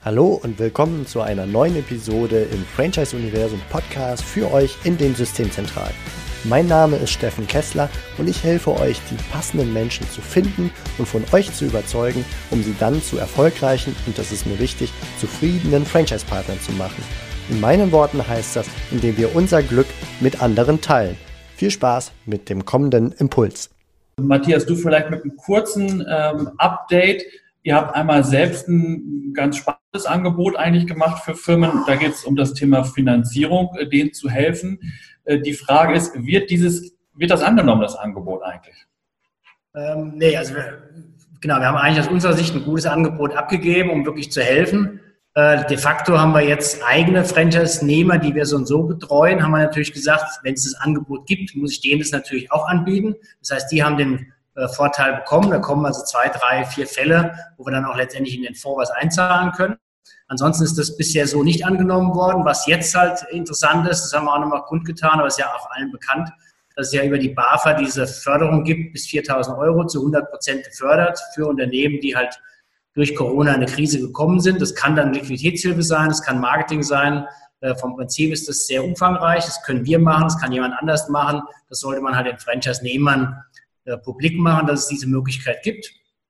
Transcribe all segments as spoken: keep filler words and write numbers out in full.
Hallo und willkommen zu einer neuen Episode im Franchise-Universum Podcast für euch in den Systemzentralen. Mein Name ist Steffen Kessler und ich helfe euch, die passenden Menschen zu finden und von euch zu überzeugen, um sie dann zu erfolgreichen und, das ist mir wichtig, zufriedenen Franchise-Partnern zu machen. In meinen Worten heißt das, indem wir unser Glück mit anderen teilen. Viel Spaß mit dem kommenden Impuls. Matthias, du vielleicht mit einem kurzen ähm, Update. Ihr habt einmal selbst ein ganz spannendes Angebot eigentlich gemacht für Firmen. Da geht es um das Thema Finanzierung, denen zu helfen. Die Frage ist, wird dieses, wird das angenommen, das Angebot eigentlich? Ähm, nee, also wir, genau, wir haben eigentlich aus unserer Sicht ein gutes Angebot abgegeben, um wirklich zu helfen. Äh, de facto haben wir jetzt eigene Franchise-Nehmer, die wir so und so betreuen. Haben wir natürlich gesagt, wenn es das Angebot gibt, muss ich denen das natürlich auch anbieten. Das heißt, die haben den Vorteil bekommen. Da kommen also zwei, drei, vier Fälle, wo wir dann auch letztendlich in den Fonds was einzahlen können. Ansonsten ist das bisher so nicht angenommen worden. Was jetzt halt interessant ist, das haben wir auch nochmal kundgetan, aber es ist ja auch allen bekannt, dass es ja über die BAFA diese Förderung gibt, bis viertausend Euro zu hundert Prozent gefördert für Unternehmen, die halt durch Corona in eine Krise gekommen sind. Das kann dann Liquiditätshilfe sein, das kann Marketing sein. Vom Prinzip ist das sehr umfangreich. Das können wir machen, das kann jemand anders machen. Das sollte man halt den Franchise-Nehmern publik machen, dass es diese Möglichkeit gibt.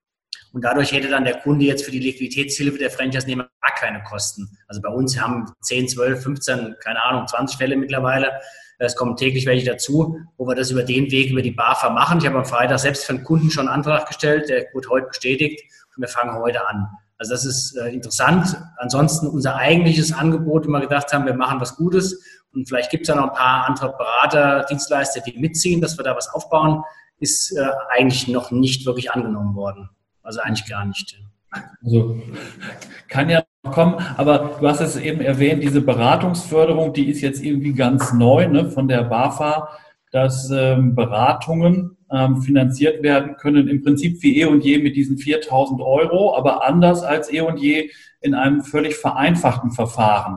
Und dadurch hätte dann der Kunde jetzt für die Liquiditätshilfe der Franchise-Nehmer gar keine Kosten. Also bei uns haben zehn, zwölf, fünfzehn, keine Ahnung, zwanzig Fälle mittlerweile. Es kommen täglich welche dazu, wo wir das über den Weg, über die BAFA machen. Ich habe am Freitag selbst für einen Kunden schon einen Antrag gestellt, der wurde heute bestätigt und wir fangen heute an. Also das ist äh, interessant. Ansonsten unser eigentliches Angebot, wo wir gedacht haben, wir machen was Gutes und vielleicht gibt es ja noch ein paar andere Berater, Dienstleister, die mitziehen, dass wir da was aufbauen, ist äh, eigentlich noch nicht wirklich angenommen worden. Also eigentlich gar nicht. Also kann ja noch kommen, aber du hast es eben erwähnt, diese Beratungsförderung, die ist jetzt irgendwie ganz neu, ne, von der BAFA, dass ähm, Beratungen ähm, finanziert werden können, im Prinzip wie eh und je mit diesen viertausend Euro, aber anders als eh und je in einem völlig vereinfachten Verfahren.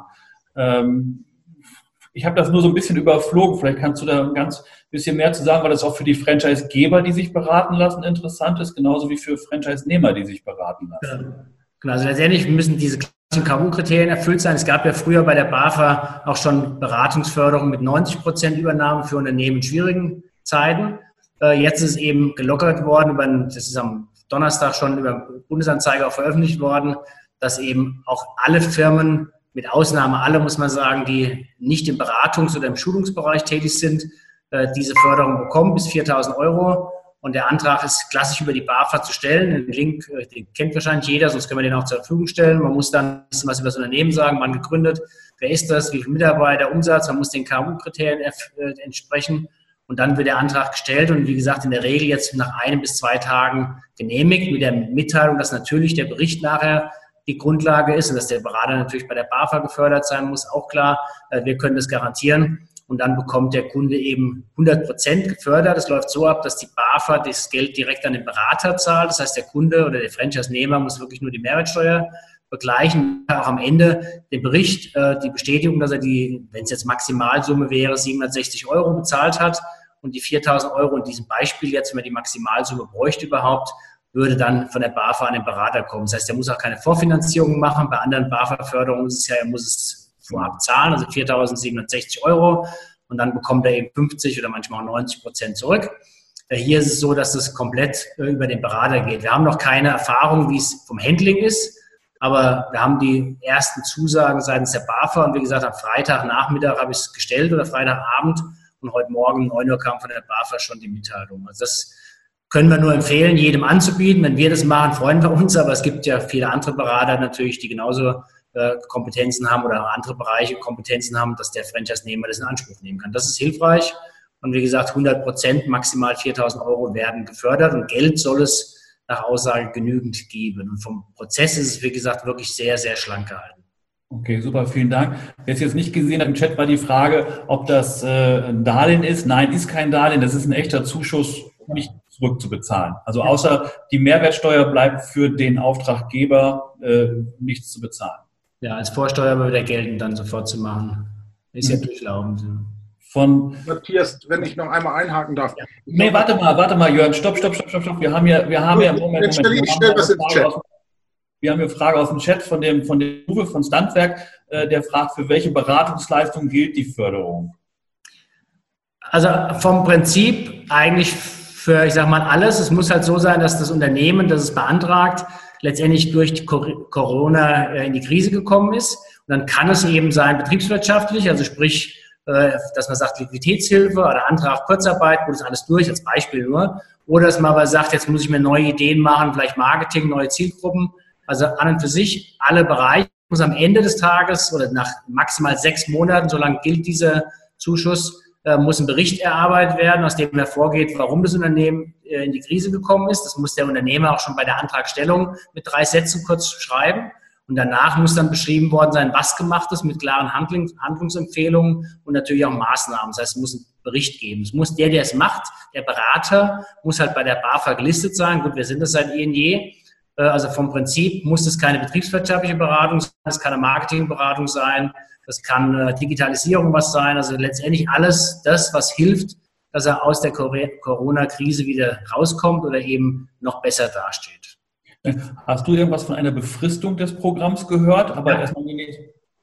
Ähm, Ich habe das nur so ein bisschen überflogen. Vielleicht kannst du da ein ganz bisschen mehr zu sagen, weil das auch für die Franchise-Geber, die sich beraten lassen, interessant ist, genauso wie für Franchise-Nehmer, die sich beraten lassen. Genau, also letztendlich müssen diese klassischen K U-Kriterien erfüllt sein. Es gab ja früher bei der BAFA auch schon Beratungsförderung mit neunzig Prozent Übernahme für Unternehmen in schwierigen Zeiten. Jetzt ist es eben gelockert worden, das ist am Donnerstag schon über Bundesanzeiger auch veröffentlicht worden, dass eben auch alle Firmen, mit Ausnahme alle, muss man sagen, die nicht im Beratungs- oder im Schulungsbereich tätig sind, diese Förderung bekommen, bis viertausend Euro. Und der Antrag ist klassisch über die BAFA zu stellen. Den Link, den kennt wahrscheinlich jeder, sonst können wir den auch zur Verfügung stellen. Man muss dann ein bisschen was über das Unternehmen sagen, wann gegründet, wer ist das, wie viele Mitarbeiter, Umsatz, man muss den K U-Kriterien entsprechen. Und dann wird der Antrag gestellt und wie gesagt, in der Regel jetzt nach einem bis zwei Tagen genehmigt mit der Mitteilung, dass natürlich der Bericht nachher die Grundlage ist und dass der Berater natürlich bei der BAFA gefördert sein muss, auch klar. Wir können das garantieren und dann bekommt der Kunde eben hundert Prozent gefördert. Das läuft so ab, dass die BAFA das Geld direkt an den Berater zahlt. Das heißt, der Kunde oder der Franchise-Nehmer muss wirklich nur die Mehrwertsteuer begleichen, auch am Ende den Bericht, die Bestätigung, dass er die, wenn es jetzt Maximalsumme wäre, siebenhundertsechzig Euro bezahlt hat und die viertausend Euro in diesem Beispiel jetzt, wenn man die Maximalsumme bräuchte überhaupt, würde dann von der BAFA an den Berater kommen. Das heißt, er muss auch keine Vorfinanzierung machen. Bei anderen BAFA-Förderungen ist es ja, er muss es vorab zahlen, also viertausendsiebenhundertsechzig Euro. Und dann bekommt er eben fünfzig oder manchmal auch neunzig Prozent zurück. Hier ist es so, dass es komplett über den Berater geht. Wir haben noch keine Erfahrung, wie es vom Handling ist. Aber wir haben die ersten Zusagen seitens der BAFA. Und wie gesagt, am Freitagnachmittag habe ich es gestellt oder Freitagabend. Und heute Morgen um neun Uhr kam von der BAFA schon die Mitteilung. Also das können wir nur empfehlen, jedem anzubieten. Wenn wir das machen, freuen wir uns. Aber es gibt ja viele andere Berater natürlich, die genauso äh, Kompetenzen haben oder andere Bereiche Kompetenzen haben, dass der Franchise-Nehmer das in Anspruch nehmen kann. Das ist hilfreich. Und wie gesagt, hundert Prozent, maximal viertausend Euro werden gefördert. Und Geld soll es nach Aussage genügend geben. Und vom Prozess ist es, wie gesagt, wirklich sehr, sehr schlank gehalten. Okay, super, vielen Dank. Wer es jetzt nicht gesehen hat, im Chat war die Frage, ob das äh, ein Darlehen ist. Nein, ist kein Darlehen. Das ist ein echter Zuschuss, nicht zurückzubezahlen. Also außer die Mehrwertsteuer bleibt für den Auftraggeber äh, nichts zu bezahlen. Ja, als Vorsteuer würde der gelten, dann sofort zu machen. Ist ja durchlaufend. Von Matthias, wenn ich noch einmal einhaken darf. Ja. Nee, warte mal, warte mal, Jörn, stopp, stopp, stopp, stopp, stopp. Wir haben ja, wir haben ja, Moment, Moment. Ich stelle was im Chat. Wir haben eine Frage aus dem Chat von dem, von dem Uwe von Standwerk, äh, der fragt, für welche Beratungsleistung gilt die Förderung? Also vom Prinzip eigentlich für, ich sage mal, alles. Es muss halt so sein, dass das Unternehmen, das es beantragt, letztendlich durch die Corona in die Krise gekommen ist. Und dann kann es eben sein betriebswirtschaftlich, also sprich, dass man sagt Liquiditätshilfe oder Antrag Kurzarbeit, gut, ist alles durch, als Beispiel nur. Oder dass man aber sagt, jetzt muss ich mir neue Ideen machen, vielleicht Marketing, neue Zielgruppen. Also an und für sich alle Bereiche. Muss am Ende des Tages oder nach maximal sechs Monaten, solange gilt dieser Zuschuss, muss ein Bericht erarbeitet werden, aus dem hervorgeht, warum das Unternehmen in die Krise gekommen ist. Das muss der Unternehmer auch schon bei der Antragstellung mit drei Sätzen kurz schreiben. Und danach muss dann beschrieben worden sein, was gemacht ist mit klaren Handlungsempfehlungen und natürlich auch Maßnahmen. Das heißt, es muss einen Bericht geben. Es muss der, der es macht, der Berater, muss halt bei der BAFA gelistet sein. Gut, wir sind das seit eh und je. Also vom Prinzip muss es keine betriebswirtschaftliche Beratung sein, es kann eine Marketingberatung sein, das kann äh, Digitalisierung was sein, also letztendlich alles das, was hilft, dass er aus der Corona-Krise wieder rauskommt oder eben noch besser dasteht. Hast du irgendwas von einer Befristung des Programms gehört? Aber ja. erstmal nicht.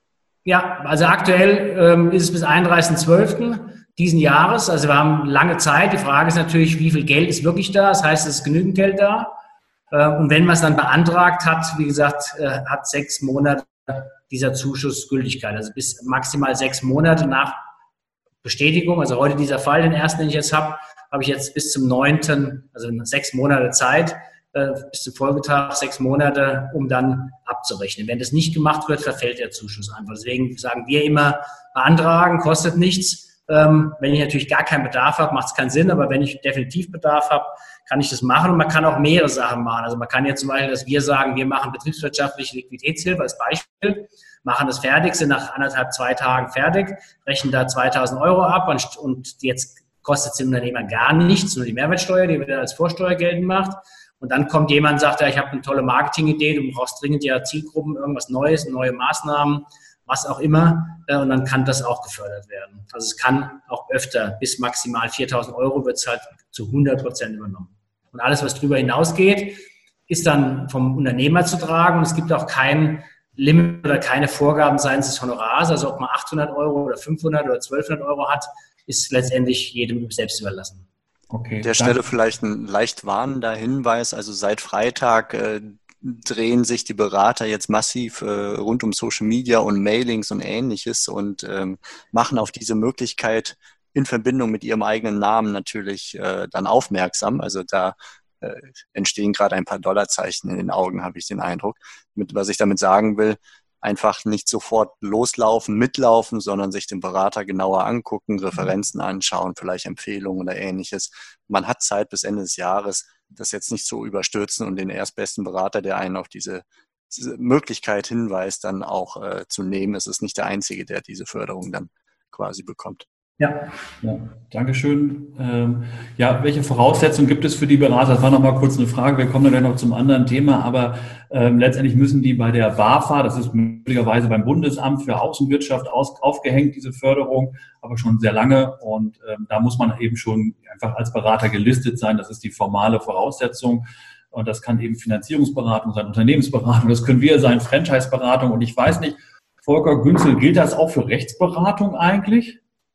Ja, also aktuell ähm, ist es bis einunddreißigsten zwölften diesen Jahres. Also wir haben lange Zeit. Die Frage ist natürlich, wie viel Geld ist wirklich da? Das heißt, es ist genügend Geld da. Äh, und wenn man es dann beantragt hat, wie gesagt, äh, hat sechs Monate dieser Zuschuss Gültigkeit. Also bis maximal sechs Monate nach Bestätigung. Also heute dieser Fall, den ersten, den ich jetzt habe, habe ich jetzt bis zum neunten, also sechs Monate Zeit, äh, bis zum Folgetag sechs Monate, um dann abzurechnen. Wenn das nicht gemacht wird, verfällt der Zuschuss einfach. Deswegen sagen wir immer, beantragen, kostet nichts. Ähm, wenn ich natürlich gar keinen Bedarf habe, macht es keinen Sinn. Aber wenn ich definitiv Bedarf habe, kann ich das machen. Und man kann auch mehrere Sachen machen. Also man kann jetzt zum Beispiel, dass wir sagen, wir machen betriebswirtschaftliche Liquiditätshilfe als Beispiel, machen das fertig, sind nach anderthalb, zwei Tagen fertig, rechnen da zweitausend Euro ab und, und jetzt kostet es den Unternehmer gar nichts, nur die Mehrwertsteuer, die wieder als Vorsteuer geltend macht. Und dann kommt jemand und sagt, ja, ich habe eine tolle Marketingidee, du brauchst dringend ja Zielgruppen, irgendwas Neues, neue Maßnahmen, was auch immer. Und dann kann das auch gefördert werden. Also es kann auch öfter, bis maximal viertausend Euro wird es halt zu hundert Prozent übernommen. Und alles, was darüber hinausgeht, ist dann vom Unternehmer zu tragen. Und es gibt auch kein Limit oder keine Vorgaben seitens des Honorars. Also ob man achthundert Euro oder fünfhundert oder zwölfhundert Euro hat, ist letztendlich jedem selbst überlassen. Okay, an der Stelle vielleicht ein leicht warnender Hinweis. Also seit Freitag äh, drehen sich die Berater jetzt massiv äh, rund um Social Media und Mailings und Ähnliches und ähm, machen auf diese Möglichkeit in Verbindung mit ihrem eigenen Namen natürlich äh, dann aufmerksam. Also da äh, entstehen gerade ein paar Dollarzeichen in den Augen, habe ich den Eindruck. Mit, was ich damit sagen will, einfach nicht sofort loslaufen, mitlaufen, sondern sich den Berater genauer angucken, Referenzen anschauen, vielleicht Empfehlungen oder Ähnliches. Man hat Zeit bis Ende des Jahres, das jetzt nicht so überstürzen und den erstbesten Berater, der einen auf diese, diese Möglichkeit hinweist, dann auch äh, zu nehmen. Es ist nicht der Einzige, der diese Förderung dann quasi bekommt. Ja, ja, Dankeschön. Ähm, ja, welche Voraussetzungen gibt es für die Berater? Das war noch mal kurz eine Frage. Wir kommen dann gleich noch zum anderen Thema, aber ähm, letztendlich müssen die bei der BAFA, das ist möglicherweise beim Bundesamt für Außenwirtschaft aus, aufgehängt, diese Förderung, aber schon sehr lange. Und ähm, da muss man eben schon einfach als Berater gelistet sein. Das ist die formale Voraussetzung. Und das kann eben Finanzierungsberatung sein, Unternehmensberatung, das können wir sein, Franchise-Beratung. Und ich weiß nicht, Volker Günzel, gilt das auch für Rechtsberatung eigentlich?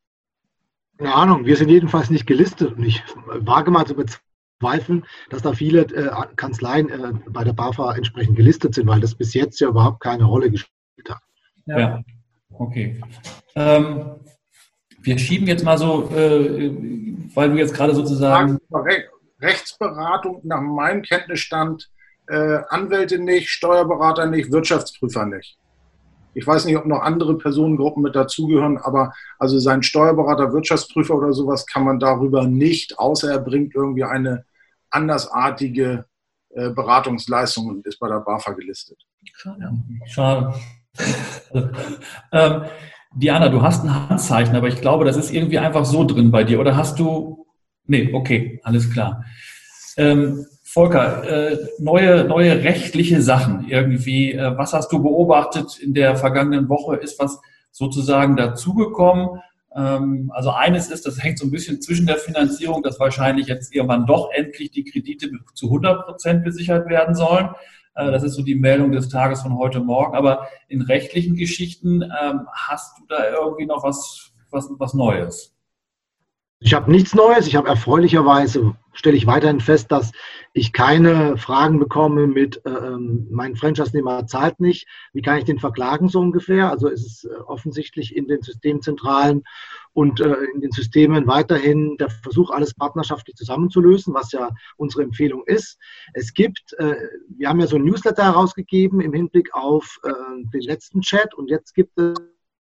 Keine Ahnung, wir sind jedenfalls nicht gelistet und ich wage mal zu bezweifeln, dass da viele äh, Kanzleien äh, bei der BAFA entsprechend gelistet sind, weil das bis jetzt ja überhaupt keine Rolle gespielt hat. Ja, ja. Okay. Ähm, wir schieben jetzt mal so, äh, weil du jetzt gerade sozusagen... Rechtsberatung nach meinem Kenntnisstand, äh, Anwälte nicht, Steuerberater nicht, Wirtschaftsprüfer nicht. Ich weiß nicht, ob noch andere Personengruppen mit dazugehören, aber also sein Steuerberater, Wirtschaftsprüfer oder sowas kann man darüber nicht, außer er bringt irgendwie eine andersartige äh, Beratungsleistung und ist bei der BAFA gelistet. Schade. Schade. Also, ähm, Diana, du hast ein Handzeichen, aber ich glaube, das ist irgendwie einfach so drin bei dir. Oder hast du... Nee, okay, alles klar. Ähm, Volker, äh, neue, neue rechtliche Sachen irgendwie. Äh, was hast du beobachtet in der vergangenen Woche? Ist was sozusagen dazugekommen? Ähm, also eines ist, das hängt so ein bisschen zwischen der Finanzierung, dass wahrscheinlich jetzt irgendwann doch endlich die Kredite zu hundert Prozent besichert werden sollen. Das ist so die Meldung des Tages von heute Morgen. Aber in rechtlichen Geschichten ähm, hast du da irgendwie noch was, was, was Neues? Ich habe nichts Neues. Ich habe erfreulicherweise, stelle ich weiterhin fest, dass ich keine Fragen bekomme mit, äh, mein Franchise-Nehmer zahlt nicht. Wie kann ich den verklagen so ungefähr? Also es ist äh, offensichtlich in den Systemzentralen und äh, in den Systemen weiterhin der Versuch, alles partnerschaftlich zusammenzulösen, was ja unsere Empfehlung ist. Es gibt, äh, wir haben ja so ein Newsletter herausgegeben im Hinblick auf äh, den letzten Chat und jetzt gibt es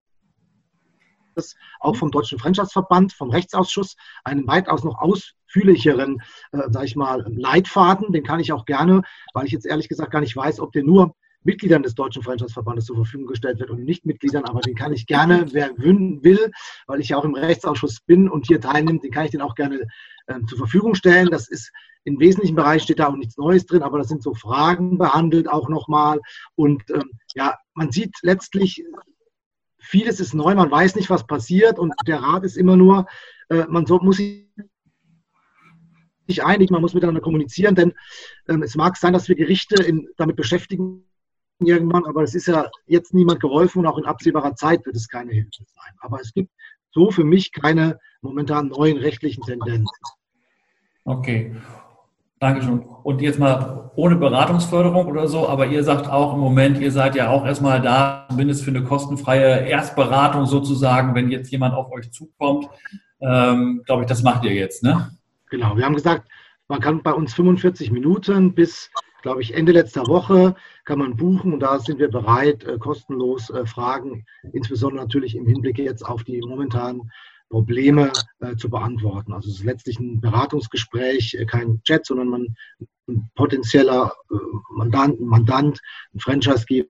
auch vom Deutschen Franchise-Verband, vom Rechtsausschuss, einen weitaus noch ausführlicheren, äh, sage ich mal, Leitfaden. Den kann ich auch gerne, weil ich jetzt ehrlich gesagt gar nicht weiß, ob der nur Mitgliedern des Deutschen Franchise-Verbandes zur Verfügung gestellt wird und nicht Mitgliedern, aber den kann ich gerne, wer will, weil ich ja auch im Rechtsausschuss bin und hier teilnimmt, den kann ich den auch gerne äh, zur Verfügung stellen. Das ist im wesentlichen Bereich steht da auch nichts Neues drin, aber das sind so Fragen behandelt auch nochmal. Und ähm, ja, man sieht letztlich, vieles ist neu, man weiß nicht, was passiert und der Rat ist immer nur, äh, man so, muss sich einigen, man muss miteinander kommunizieren, denn ähm, es mag sein, dass wir Gerichte in, damit beschäftigen irgendwann, aber es ist ja jetzt niemand geholfen und auch in absehbarer Zeit wird es keine Hilfe sein. Aber es gibt so für mich keine momentan neuen rechtlichen Tendenzen. Okay. Dankeschön. Und jetzt mal ohne Beratungsförderung oder so, aber ihr sagt auch im Moment, ihr seid ja auch erstmal da, zumindest für eine kostenfreie Erstberatung sozusagen, wenn jetzt jemand auf euch zukommt. Ähm, glaube ich, das macht ihr jetzt, ne? Genau, wir haben gesagt, man kann bei uns fünfundvierzig Minuten bis, glaube ich, Ende letzter Woche kann man buchen und da sind wir bereit, äh, kostenlos äh, Fragen, insbesondere natürlich im Hinblick jetzt auf die momentanen Probleme äh, zu beantworten. Also es ist letztlich ein Beratungsgespräch, äh, kein Chat, sondern man, ein potenzieller äh, Mandant, ein Mandant, ein Franchisegeber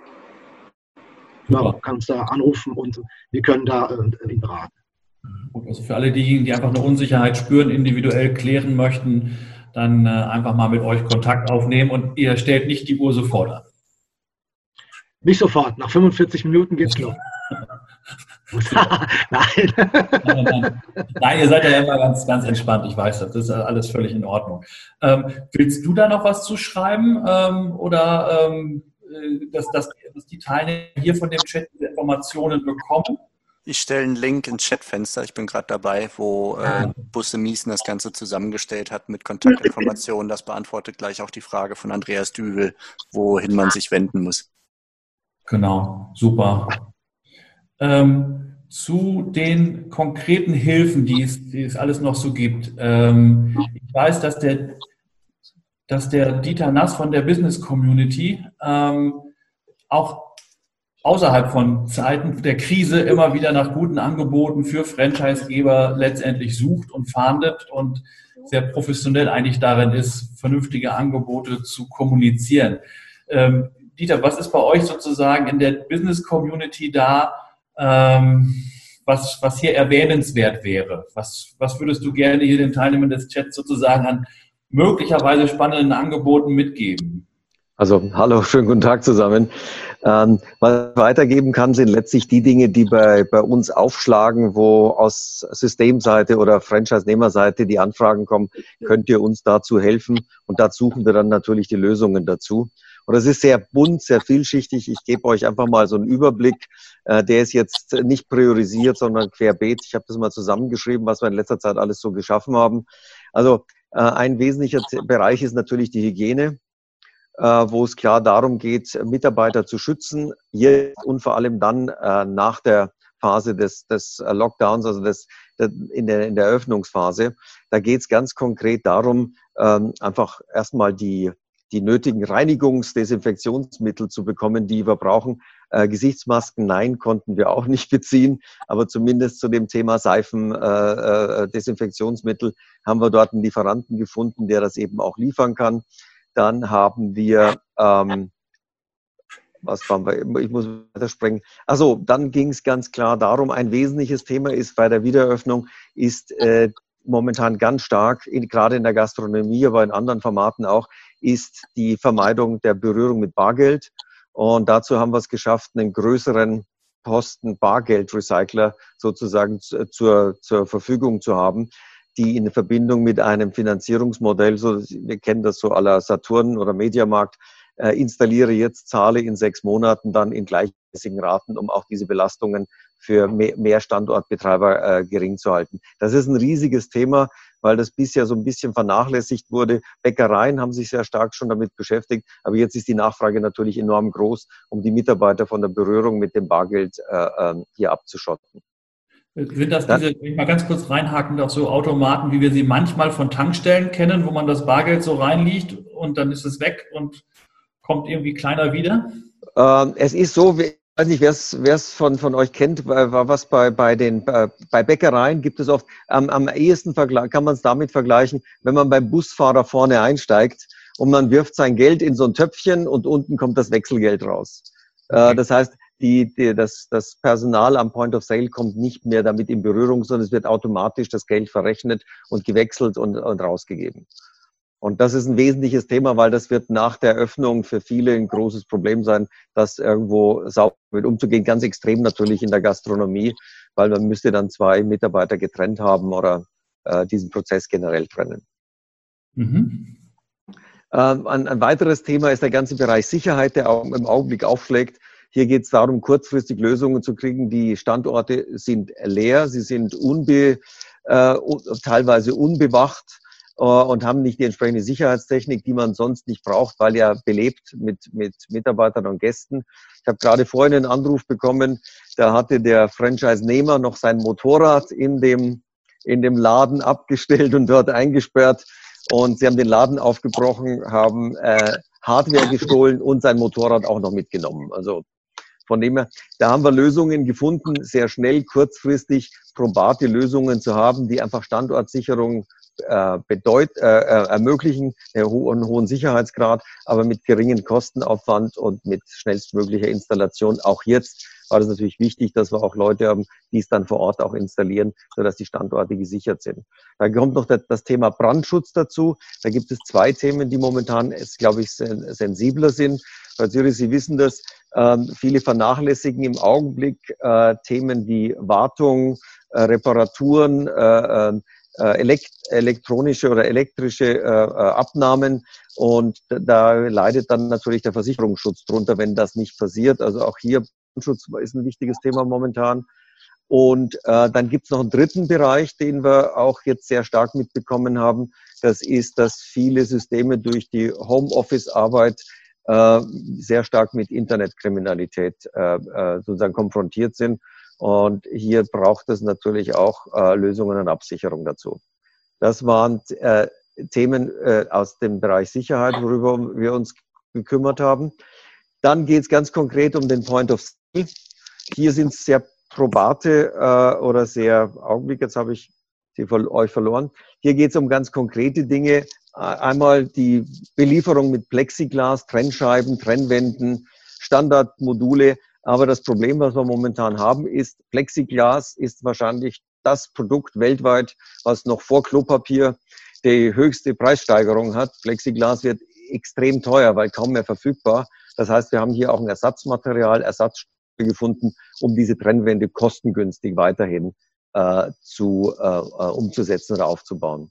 ja, kann uns da anrufen und wir können da äh, ihn beraten. Also für alle diejenigen, die einfach eine Unsicherheit spüren, individuell klären möchten, dann äh, einfach mal mit euch Kontakt aufnehmen und ihr stellt nicht die Uhr sofort an. Nicht sofort, nach fünfundvierzig Minuten geht's los. Nein. Nein, nein. Nein, ihr seid ja immer ganz, ganz entspannt, ich weiß das, das ist alles völlig in Ordnung. Ähm, willst du da noch was zu schreiben ähm, oder ähm, dass, dass, dass die Teilnehmer hier von dem Chat Informationen bekommen? Ich stelle einen Link ins Chatfenster, ich bin gerade dabei, wo äh, Busse Miesen das Ganze zusammengestellt hat mit Kontaktinformationen. Das beantwortet gleich auch die Frage von Andreas Düvel, wohin man sich wenden muss. Genau, super. Ähm, zu den konkreten Hilfen, die es, die es alles noch so gibt. Ähm, ich weiß, dass der, dass der Dieter Nass von der Business Community ähm, auch außerhalb von Zeiten der Krise immer wieder nach guten Angeboten für Franchisegeber letztendlich sucht und fahndet und sehr professionell eigentlich darin ist, vernünftige Angebote zu kommunizieren. Ähm, Dieter, was ist bei euch sozusagen in der Business Community da, ähm, was, was hier erwähnenswert wäre? Was, was würdest du gerne hier den Teilnehmern des Chats sozusagen an möglicherweise spannenden Angeboten mitgeben? Also, hallo, schönen guten Tag zusammen. Ähm, was ich weitergeben kann, sind letztlich die Dinge, die bei, bei uns aufschlagen, wo aus Systemseite oder Franchise-Nehmerseite die Anfragen kommen, könnt ihr uns dazu helfen? Und da suchen wir dann natürlich die Lösungen dazu. Und das ist sehr bunt, sehr vielschichtig. Ich gebe euch einfach mal so einen Überblick. Äh, der ist jetzt nicht priorisiert, sondern querbeet. Ich habe das mal zusammengeschrieben, was wir in letzter Zeit alles so geschaffen haben. Also äh, ein wesentlicher Bereich ist natürlich die Hygiene, äh, wo es klar darum geht, Mitarbeiter zu schützen. Jetzt und vor allem dann äh, nach der Phase des, des Lockdowns, also des, in, der, in der Eröffnungsphase. Da geht es ganz konkret darum, ähm, einfach erstmal die die nötigen Reinigungs-, Desinfektionsmittel zu bekommen, die wir brauchen. Äh, Gesichtsmasken, nein, konnten wir auch nicht beziehen, aber zumindest zu dem Thema Seifen, äh, äh, Desinfektionsmittel haben wir dort einen Lieferanten gefunden, der das eben auch liefern kann. Dann haben wir, ähm, was waren wir, ich muss weiterspringen. Also dann ging es ganz klar darum, ein wesentliches Thema ist bei der Wiedereröffnung, ist äh, momentan ganz stark, in, gerade in der Gastronomie, aber in anderen Formaten auch, ist die Vermeidung der Berührung mit Bargeld. Und dazu haben wir es geschafft, einen größeren Posten Bargeldrecycler sozusagen zur, zur Verfügung zu haben, die in Verbindung mit einem Finanzierungsmodell, so wir kennen das so à la Saturn oder Mediamarkt, äh, installiere jetzt, zahle in sechs Monaten dann in gleichmäßigen Raten, um auch diese Belastungen für mehr, mehr Standortbetreiber äh, gering zu halten. Das ist ein riesiges Thema, weil das bisher so ein bisschen vernachlässigt wurde. Bäckereien haben sich sehr stark schon damit beschäftigt, aber jetzt ist die Nachfrage natürlich enorm groß, um die Mitarbeiter von der Berührung mit dem Bargeld äh, hier abzuschotten. Sind das diese, wenn ich mal ganz kurz reinhaken, auch so Automaten, wie wir sie manchmal von Tankstellen kennen, wo man das Bargeld so reinliegt und dann ist es weg und kommt irgendwie kleiner wieder? Ähm, es ist so, ich weiß nicht, wer es von, von euch kennt, was bei, bei den bei Bäckereien gibt es oft, am, am ehesten kann man es damit vergleichen, wenn man beim Busfahrer vorne einsteigt und man wirft sein Geld in so ein Töpfchen und unten kommt das Wechselgeld raus. Okay. Das heißt, die, die, das, das Personal am Point of Sale kommt nicht mehr damit in Berührung, sondern es wird automatisch das Geld verrechnet und gewechselt und, und rausgegeben. Und das ist ein wesentliches Thema, weil das wird nach der Öffnung für viele ein großes Problem sein, das irgendwo sauber mit umzugehen. Ganz extrem natürlich in der Gastronomie, weil man müsste dann zwei Mitarbeiter getrennt haben oder äh, diesen Prozess generell trennen. Mhm. Ähm, ein, ein weiteres Thema ist der ganze Bereich Sicherheit, der auch im Augenblick aufschlägt. Hier geht es darum, kurzfristig Lösungen zu kriegen. Die Standorte sind leer, sie sind unbe, äh, teilweise unbewacht und haben nicht die entsprechende Sicherheitstechnik, die man sonst nicht braucht, weil ja belebt mit, mit Mitarbeitern und Gästen. Ich habe gerade vorhin einen Anruf bekommen, da hatte der Franchise-Nehmer noch sein Motorrad in dem, in dem Laden abgestellt und dort eingesperrt. Und sie haben den Laden aufgebrochen, haben äh, Hardware gestohlen und sein Motorrad auch noch mitgenommen. Also von dem her, da haben wir Lösungen gefunden, sehr schnell, kurzfristig probate Lösungen zu haben, die einfach Standortsicherung äh, bedeut, äh, ermöglichen, einen hohen, hohen Sicherheitsgrad, aber mit geringen Kostenaufwand und mit schnellstmöglicher Installation. Auch jetzt war es natürlich wichtig, dass wir auch Leute haben, die es dann vor Ort auch installieren, sodass die Standorte gesichert sind. Da kommt noch das Thema Brandschutz dazu. Da gibt es zwei Themen, die momentan, glaube ich, sensibler sind. Herr Zürich, Sie wissen das, ähm, viele vernachlässigen im Augenblick äh, Themen wie Wartung, äh, Reparaturen, äh, äh, elekt elektronische oder elektrische äh, Abnahmen und da leidet dann natürlich der Versicherungsschutz drunter, wenn das nicht passiert. Also auch hier Brandschutz ist ein wichtiges Thema momentan. Und äh, dann gibt es noch einen dritten Bereich, den wir auch jetzt sehr stark mitbekommen haben. Das ist, dass viele Systeme durch die Homeoffice-Arbeit äh, sehr stark mit Internetkriminalität äh, sozusagen konfrontiert sind. Und hier braucht es natürlich auch äh, Lösungen und Absicherung dazu. Das waren äh, Themen äh, aus dem Bereich Sicherheit, worüber wir uns gekümmert haben. Dann geht es ganz konkret um den Point of Sale. Hier sind es sehr probate äh, oder sehr, Augenblick, jetzt habe ich sie von euch verloren. Hier geht es um ganz konkrete Dinge. Einmal die Belieferung mit Plexiglas, Trennscheiben, Trennwänden, Standardmodule. Aber das Problem, was wir momentan haben, ist, Plexiglas ist wahrscheinlich das Produkt weltweit, was noch vor Klopapier die höchste Preissteigerung hat. Plexiglas wird extrem teuer, weil kaum mehr verfügbar. Das heißt, wir haben hier auch ein Ersatzmaterial, Ersatzstoffe gefunden, um diese Trennwände kostengünstig weiterhin äh, zu, äh, umzusetzen oder aufzubauen.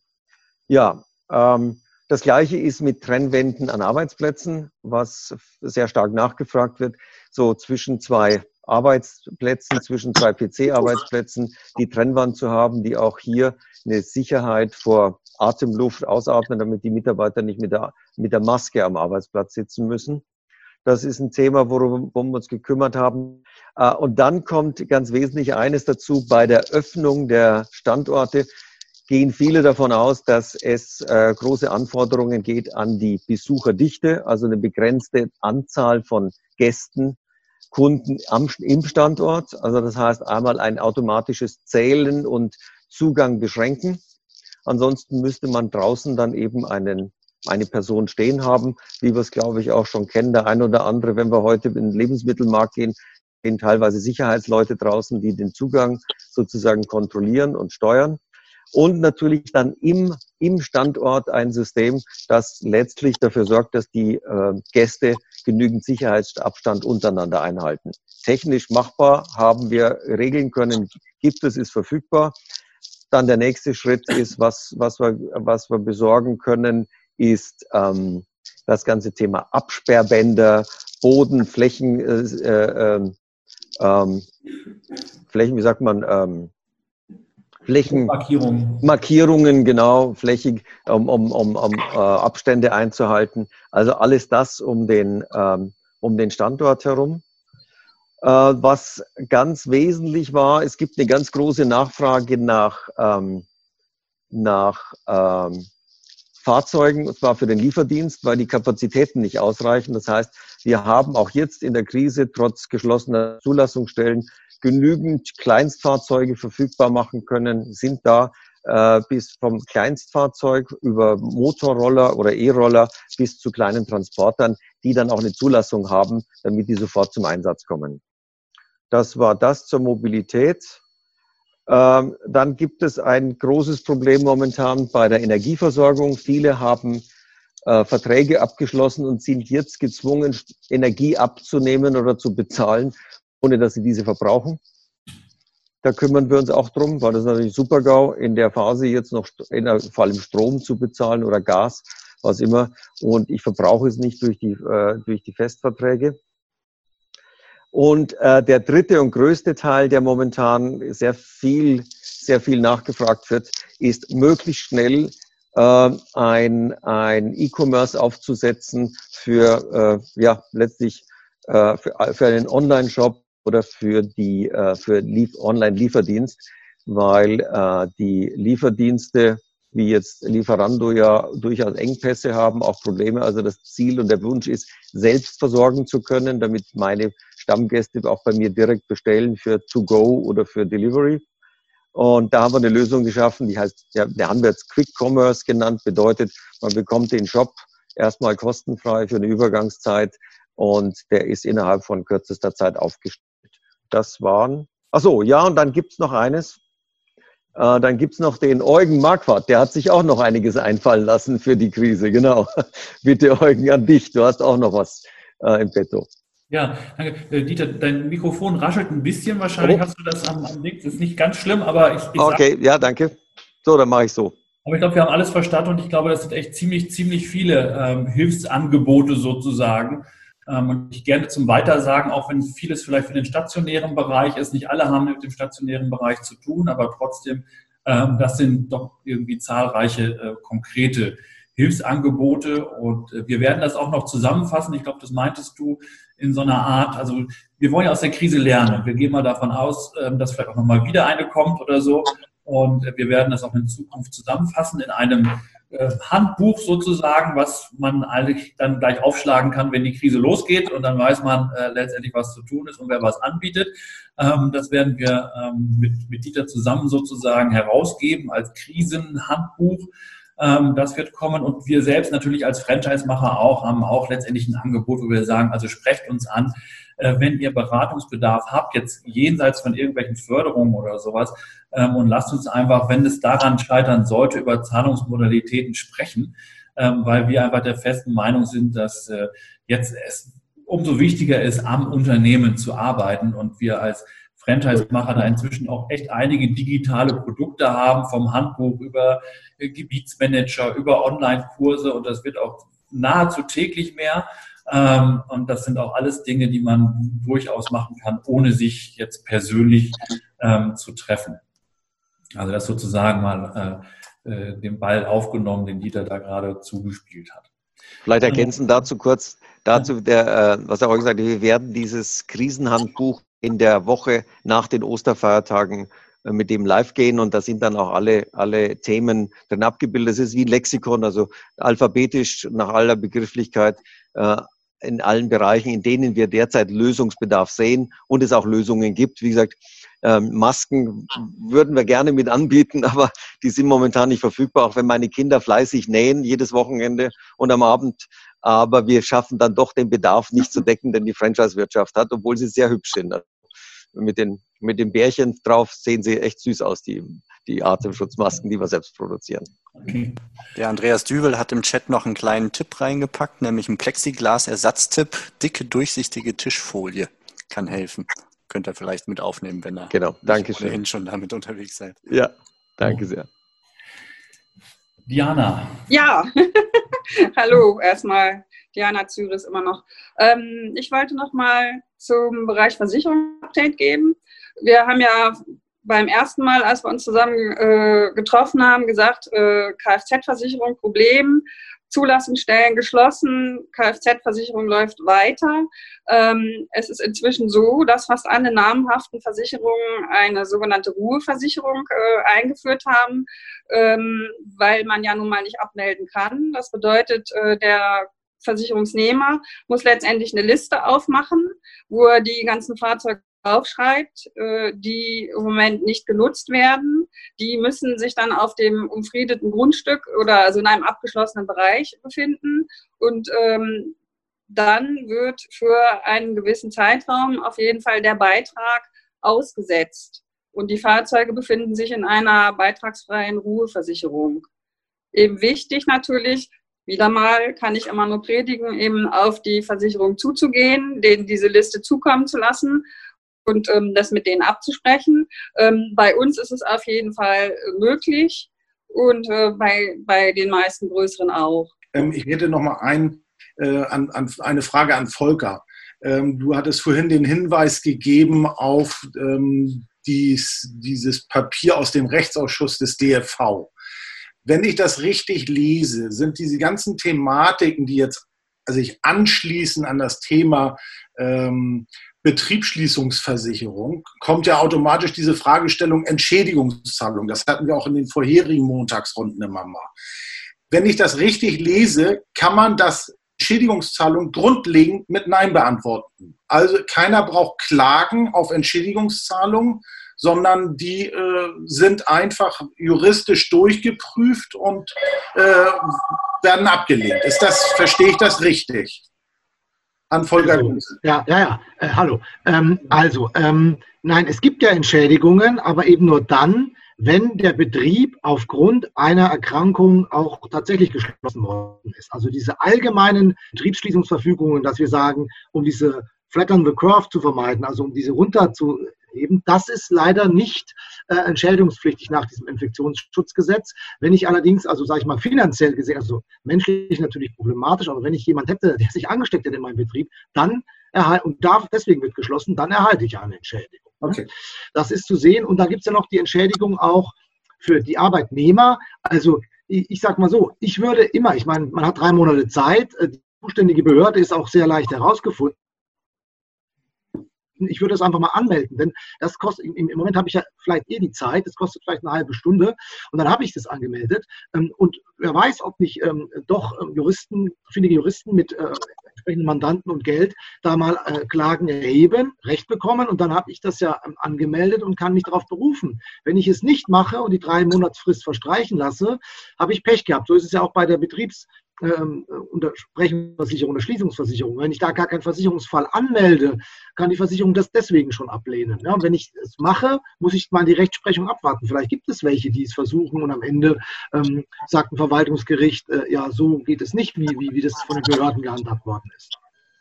Ja, ähm, das Gleiche ist mit Trennwänden an Arbeitsplätzen, was sehr stark nachgefragt wird. So zwischen zwei Arbeitsplätzen, zwischen zwei P C-Arbeitsplätzen, die Trennwand zu haben, die auch hier eine Sicherheit vor Atemluft ausatmen, damit die Mitarbeiter nicht mit der, mit der Maske am Arbeitsplatz sitzen müssen. Das ist ein Thema, worum wir uns gekümmert haben. Und dann kommt ganz wesentlich eines dazu, bei der Öffnung der Standorte gehen viele davon aus, dass es äh, große Anforderungen geht an die Besucherdichte, also eine begrenzte Anzahl von Gästen, Kunden am, im Standort. Also das heißt einmal ein automatisches Zählen und Zugang beschränken. Ansonsten müsste man draußen dann eben einen, eine Person stehen haben, wie wir es, glaube ich, auch schon kennen. Der ein oder andere, wenn wir heute in den Lebensmittelmarkt gehen, stehen teilweise Sicherheitsleute draußen, die den Zugang sozusagen kontrollieren und steuern. Und natürlich dann im, im Standort ein System, das letztlich dafür sorgt, dass die äh, Gäste genügend Sicherheitsabstand untereinander einhalten. Technisch machbar, haben wir regeln können, gibt es, ist verfügbar. Dann der nächste Schritt ist, was, was, wir, was wir besorgen können, ist ähm, das ganze Thema Absperrbänder, Boden, Flächen, äh, äh, äh, Flächen, wie sagt man, ähm, Flächen, Markierungen. Markierungen, genau, flächig, um, um, um, um äh, Abstände einzuhalten. Also alles das um den, ähm, um den Standort herum. Äh, was ganz wesentlich war, es gibt eine ganz große Nachfrage nach, ähm, nach ähm, Fahrzeugen, und zwar für den Lieferdienst, weil die Kapazitäten nicht ausreichen. Das heißt, wir haben auch jetzt in der Krise trotz geschlossener Zulassungsstellen genügend Kleinstfahrzeuge verfügbar machen können, sind da äh, bis vom Kleinstfahrzeug über Motorroller oder E-Roller bis zu kleinen Transportern, die dann auch eine Zulassung haben, damit die sofort zum Einsatz kommen. Das war das zur Mobilität. Ähm, dann gibt es ein großes Problem momentan bei der Energieversorgung. Viele haben äh, Verträge abgeschlossen und sind jetzt gezwungen, Energie abzunehmen oder zu bezahlen, ohne dass sie diese verbrauchen. Da kümmern wir uns auch drum, weil das natürlich Super-GAU in der Phase jetzt noch in, vor allem Strom zu bezahlen oder Gas, was immer. Und ich verbrauche es nicht durch die, äh, durch die Festverträge. Und äh, der dritte und größte Teil, der momentan sehr viel, sehr viel nachgefragt wird, ist möglichst schnell äh, ein, ein E-Commerce aufzusetzen für, äh, ja, letztlich äh, für, für einen Online-Shop oder für die äh, für Lief- Online-Lieferdienst, weil äh, die Lieferdienste wie jetzt Lieferando ja durchaus Engpässe haben, auch Probleme. Also das Ziel und der Wunsch ist, selbst versorgen zu können, damit meine Stammgäste auch bei mir direkt bestellen für To-Go oder für Delivery. Und da haben wir eine Lösung geschaffen, die heißt, ja, der haben wir jetzt Quick Commerce genannt, bedeutet, man bekommt den Shop erstmal kostenfrei für eine Übergangszeit und der ist innerhalb von kürzester Zeit aufgestellt. Das waren, ach so, ja, und dann gibt's noch eines. Äh, dann gibt's noch den Eugen Marquardt, der hat sich auch noch einiges einfallen lassen für die Krise, genau. Bitte Eugen, an dich, du hast auch noch was äh, im Petto. Ja, danke. Äh, Dieter, dein Mikrofon raschelt ein bisschen wahrscheinlich, Oh. hast du das am, am Link, das ist nicht ganz schlimm, aber ich, ich Okay, sag, ja, danke. So, dann mache ich so. aber ich glaube, wir haben alles verstanden und ich glaube, das sind echt ziemlich, ziemlich viele ähm, Hilfsangebote sozusagen. Ähm, und ich gerne zum Weitersagen, auch wenn vieles vielleicht für den stationären Bereich ist, nicht alle haben mit dem stationären Bereich zu tun, aber trotzdem, ähm, das sind doch irgendwie zahlreiche äh, konkrete Hilfsangebote und äh, wir werden das auch noch zusammenfassen. Ich glaube, das meintest du in so einer Art, also wir wollen ja aus der Krise lernen. Wir gehen mal davon aus, äh, dass vielleicht auch nochmal wieder eine kommt oder so. Und wir werden das auch in Zukunft zusammenfassen in einem äh, Handbuch sozusagen, was man eigentlich dann gleich aufschlagen kann, wenn die Krise losgeht. Und dann weiß man äh, letztendlich, was zu tun ist und wer was anbietet. Ähm, das werden wir ähm, mit, mit Dieter zusammen sozusagen herausgeben als Krisenhandbuch. Ähm, das wird kommen. Und wir selbst natürlich als Franchise-Macher auch haben auch letztendlich ein Angebot, wo wir sagen, also sprecht uns an, äh, wenn ihr Beratungsbedarf habt, jetzt jenseits von irgendwelchen Förderungen oder sowas, ähm, und lasst uns einfach, wenn es daran scheitern sollte, über Zahlungsmodalitäten sprechen, ähm, weil wir einfach der festen Meinung sind, dass äh, jetzt es umso wichtiger ist, am Unternehmen zu arbeiten und wir als Franchise-Macher da inzwischen auch echt einige digitale Produkte haben, vom Handbuch über äh, Gebietsmanager, über Online-Kurse und das wird auch nahezu täglich mehr. Ähm, und das sind auch alles Dinge, die man durchaus machen kann, ohne sich jetzt persönlich ähm, zu treffen. Also das sozusagen mal äh, äh, den Ball aufgenommen, den Dieter da gerade zugespielt hat. Vielleicht ergänzen dazu kurz, dazu, der, äh, was er auch gesagt hat, wir werden dieses Krisenhandbuch in der Woche nach den Osterfeiertagen äh, mit dem live gehen und da sind dann auch alle, alle Themen drin abgebildet. Es ist wie ein Lexikon, also alphabetisch nach aller Begrifflichkeit äh, in allen Bereichen, in denen wir derzeit Lösungsbedarf sehen und es auch Lösungen gibt. Wie gesagt, ähm, Masken würden wir gerne mit anbieten, aber die sind momentan nicht verfügbar, auch wenn meine Kinder fleißig nähen, jedes Wochenende und am Abend. Aber wir schaffen dann doch den Bedarf nicht zu decken, den die Franchise-Wirtschaft hat, obwohl sie sehr hübsch sind. Mit den, mit den Bärchen drauf sehen sie echt süß aus, die, die Atemschutzmasken, die wir selbst produzieren. Okay. Der Andreas Düvel hat im Chat noch einen kleinen Tipp reingepackt, nämlich einen Plexiglas-Ersatztipp. Dicke, durchsichtige Tischfolie kann helfen. Könnt ihr vielleicht mit aufnehmen, wenn ihr genau. Danke schön. ohnehin schon damit unterwegs seid. Ja, danke sehr. Diana. Ja, Hallo, erstmal Diana Zyris immer noch. Ähm, ich wollte noch mal zum Bereich Versicherung ein Update geben. Wir haben ja beim ersten Mal, als wir uns zusammen äh, getroffen haben, gesagt, äh, Kfz-Versicherung Problem, Zulassungsstellen geschlossen, Kfz-Versicherung läuft weiter. Ähm, es ist inzwischen so, dass fast alle namhaften Versicherungen eine sogenannte Ruheversicherung äh, eingeführt haben, ähm, weil man ja nun mal nicht abmelden kann. Das bedeutet, äh, der Versicherungsnehmer muss letztendlich eine Liste aufmachen, wo er die ganzen Fahrzeuge aufschreibt, die im Moment nicht genutzt werden. Die müssen sich dann auf dem umfriedeten Grundstück oder also in einem abgeschlossenen Bereich befinden. Und ähm, dann wird für einen gewissen Zeitraum auf jeden Fall der Beitrag ausgesetzt. Und die Fahrzeuge befinden sich in einer beitragsfreien Ruheversicherung. Eben wichtig natürlich, wieder mal kann ich immer nur predigen, eben auf die Versicherung zuzugehen, denen diese Liste zukommen zu lassen und ähm, das mit denen abzusprechen. Ähm, bei uns ist es auf jeden Fall äh, möglich und äh, bei, bei den meisten größeren auch. Ähm, ich hätte noch mal ein, äh, an, an, eine Frage an Volker. Ähm, du hattest vorhin den Hinweis gegeben auf ähm, dies, dieses Papier aus dem Rechtsausschuss des D F V. Wenn ich das richtig lese, sind diese ganzen Thematiken, die jetzt also sich anschließen an das Thema ähm, Betriebsschließungsversicherung, kommt ja automatisch diese Fragestellung Entschädigungszahlung. Das hatten wir auch in den vorherigen Montagsrunden immer mal. Wenn ich das richtig lese, kann man das Entschädigungszahlung grundlegend mit Nein beantworten. Also keiner braucht Klagen auf Entschädigungszahlungen, sondern die äh, sind einfach juristisch durchgeprüft und äh, werden abgelehnt. Ist das, verstehe ich das richtig? An Volker also, Ja, ja, ja. Äh, hallo. Ähm, also, ähm, nein, es gibt ja Entschädigungen, aber eben nur dann, wenn der Betrieb aufgrund einer Erkrankung auch tatsächlich geschlossen worden ist. Also diese allgemeinen Betriebsschließungsverfügungen, dass wir sagen, um diese Flatten the Curve zu vermeiden, also um diese runterzuheben, das ist leider nicht äh, entschädigungspflichtig nach diesem Infektionsschutzgesetz. Wenn ich allerdings, also sage ich mal finanziell gesehen, also menschlich natürlich problematisch, aber wenn ich jemand hätte, der sich angesteckt hätte in meinem Betrieb, dann erhalte, und darf, deswegen wird geschlossen, dann erhalte ich eine Entschädigung. Okay. Das ist zu sehen. Und da gibt es ja noch die Entschädigung auch für die Arbeitnehmer. Also ich, ich sage mal so, ich würde immer, ich meine, man hat drei Monate Zeit, die zuständige Behörde ist auch sehr leicht herausgefunden. Ich würde das einfach mal anmelden, denn das kostet, im, im Moment habe ich ja vielleicht eh die Zeit, das kostet vielleicht eine halbe Stunde und dann habe ich das angemeldet und wer weiß, ob nicht ähm, doch ähm, Juristen, findige Juristen mit äh, entsprechenden Mandanten und Geld da mal äh, Klagen erheben, Recht bekommen und dann habe ich das ja ähm, angemeldet und kann mich darauf berufen. Wenn ich es nicht mache und die drei Monatsfrist verstreichen lasse, habe ich Pech gehabt. So ist es ja auch bei der Betriebs- Ähm, Unterbrechungsversicherung oder Schließungsversicherung. Wenn ich da gar keinen Versicherungsfall anmelde, kann die Versicherung das deswegen schon ablehnen. Ja, und wenn ich es mache, muss ich mal die Rechtsprechung abwarten. Vielleicht gibt es welche, die es versuchen und am Ende ähm, sagt ein Verwaltungsgericht, äh, ja, so geht es nicht, wie, wie, wie das von den Behörden gehandhabt worden ist.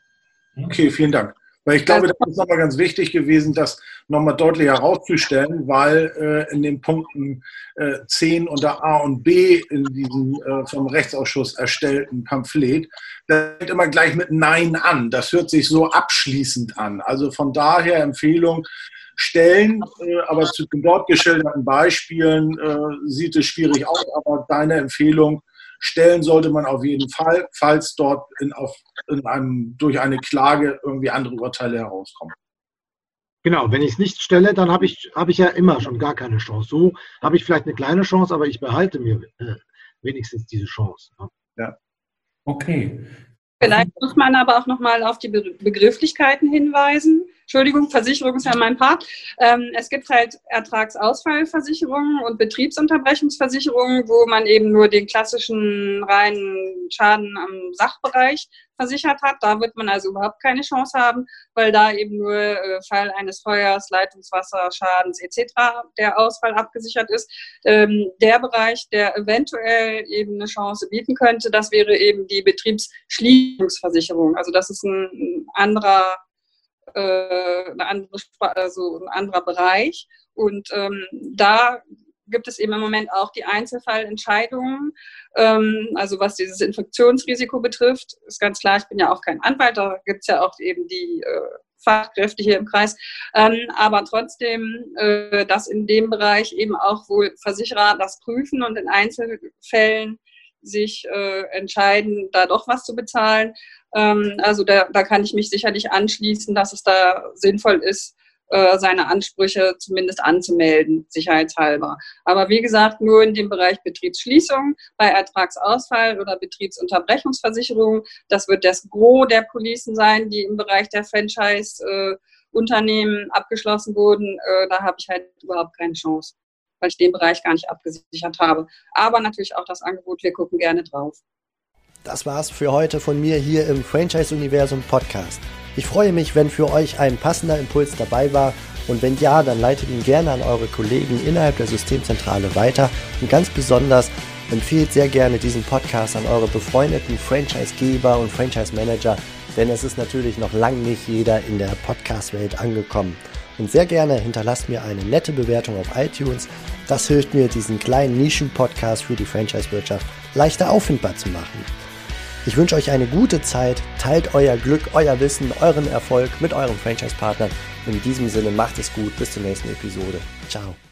Okay, vielen Dank. Weil ich glaube, das ist nochmal ganz wichtig gewesen, das nochmal deutlich herauszustellen, weil äh, in den Punkten äh, zehn unter A und B in diesem äh, vom Rechtsausschuss erstellten Pamphlet, das fängt immer gleich mit Nein an. Das hört sich so abschließend an. Also von daher Empfehlung, stellen, äh, aber zu den dort geschilderten Beispielen äh, sieht es schwierig aus, aber deine Empfehlung, stellen sollte man auf jeden Fall, falls dort in, auf, in einem, durch eine Klage irgendwie andere Urteile herauskommen. Genau, wenn ich es nicht stelle, dann habe ich, hab ich ja immer schon gar keine Chance. So habe ich vielleicht eine kleine Chance, aber ich behalte mir äh, wenigstens diese Chance. Ja. Ja. Okay. Vielleicht muss man aber auch nochmal auf die Begrifflichkeiten hinweisen. Entschuldigung, Versicherung ist ja mein Part. Ähm, es gibt halt Ertragsausfallversicherungen und Betriebsunterbrechungsversicherungen, wo man eben nur den klassischen reinen Schaden am Sachbereich versichert hat. Da wird man also überhaupt keine Chance haben, weil da eben nur äh, Fall eines Feuers, Leitungswasserschadens et cetera der Ausfall abgesichert ist. Ähm, der Bereich, der eventuell eben eine Chance bieten könnte, das wäre eben die Betriebsschließungsversicherung. Also das ist ein, ein anderer Eine andere, also ein anderer Bereich. Und ähm, da gibt es eben im Moment auch die Einzelfallentscheidungen. Ähm, also was dieses Infektionsrisiko betrifft, ist ganz klar, ich bin ja auch kein Anwalt, da gibt es ja auch eben die äh, Fachkräfte hier im Kreis. Ähm, aber trotzdem, äh, dass in dem Bereich eben auch wohl Versicherer das prüfen und in Einzelfällen sich äh, entscheiden, da doch was zu bezahlen. Ähm, also da, da kann ich mich sicherlich anschließen, dass es da sinnvoll ist, seine Ansprüche zumindest anzumelden, sicherheitshalber. Aber wie gesagt, nur in dem Bereich Betriebsschließung, bei Ertragsausfall oder Betriebsunterbrechungsversicherung. Das wird das Gros der Policen sein, die im Bereich der Franchise-Unternehmen äh, abgeschlossen wurden. Äh, da habe ich halt überhaupt keine Chance, weil ich den Bereich gar nicht abgesichert habe. Aber natürlich auch das Angebot, wir gucken gerne drauf. Das war's für heute von mir hier im Franchise-Universum Podcast. Ich freue mich, wenn für euch ein passender Impuls dabei war und wenn ja, dann leitet ihn gerne an eure Kollegen innerhalb der Systemzentrale weiter und ganz besonders empfehlt sehr gerne diesen Podcast an eure befreundeten Franchise-Geber und Franchise-Manager, denn es ist natürlich noch lange nicht jeder in der Podcast-Welt angekommen. Und sehr gerne hinterlasst mir eine nette Bewertung auf iTunes. Das hilft mir, diesen kleinen Nischen-Podcast für die Franchise-Wirtschaft leichter auffindbar zu machen. Ich wünsche euch eine gute Zeit, teilt euer Glück, euer Wissen, euren Erfolg mit euren Franchise-Partnern. In diesem Sinne macht es gut, bis zur nächsten Episode. Ciao.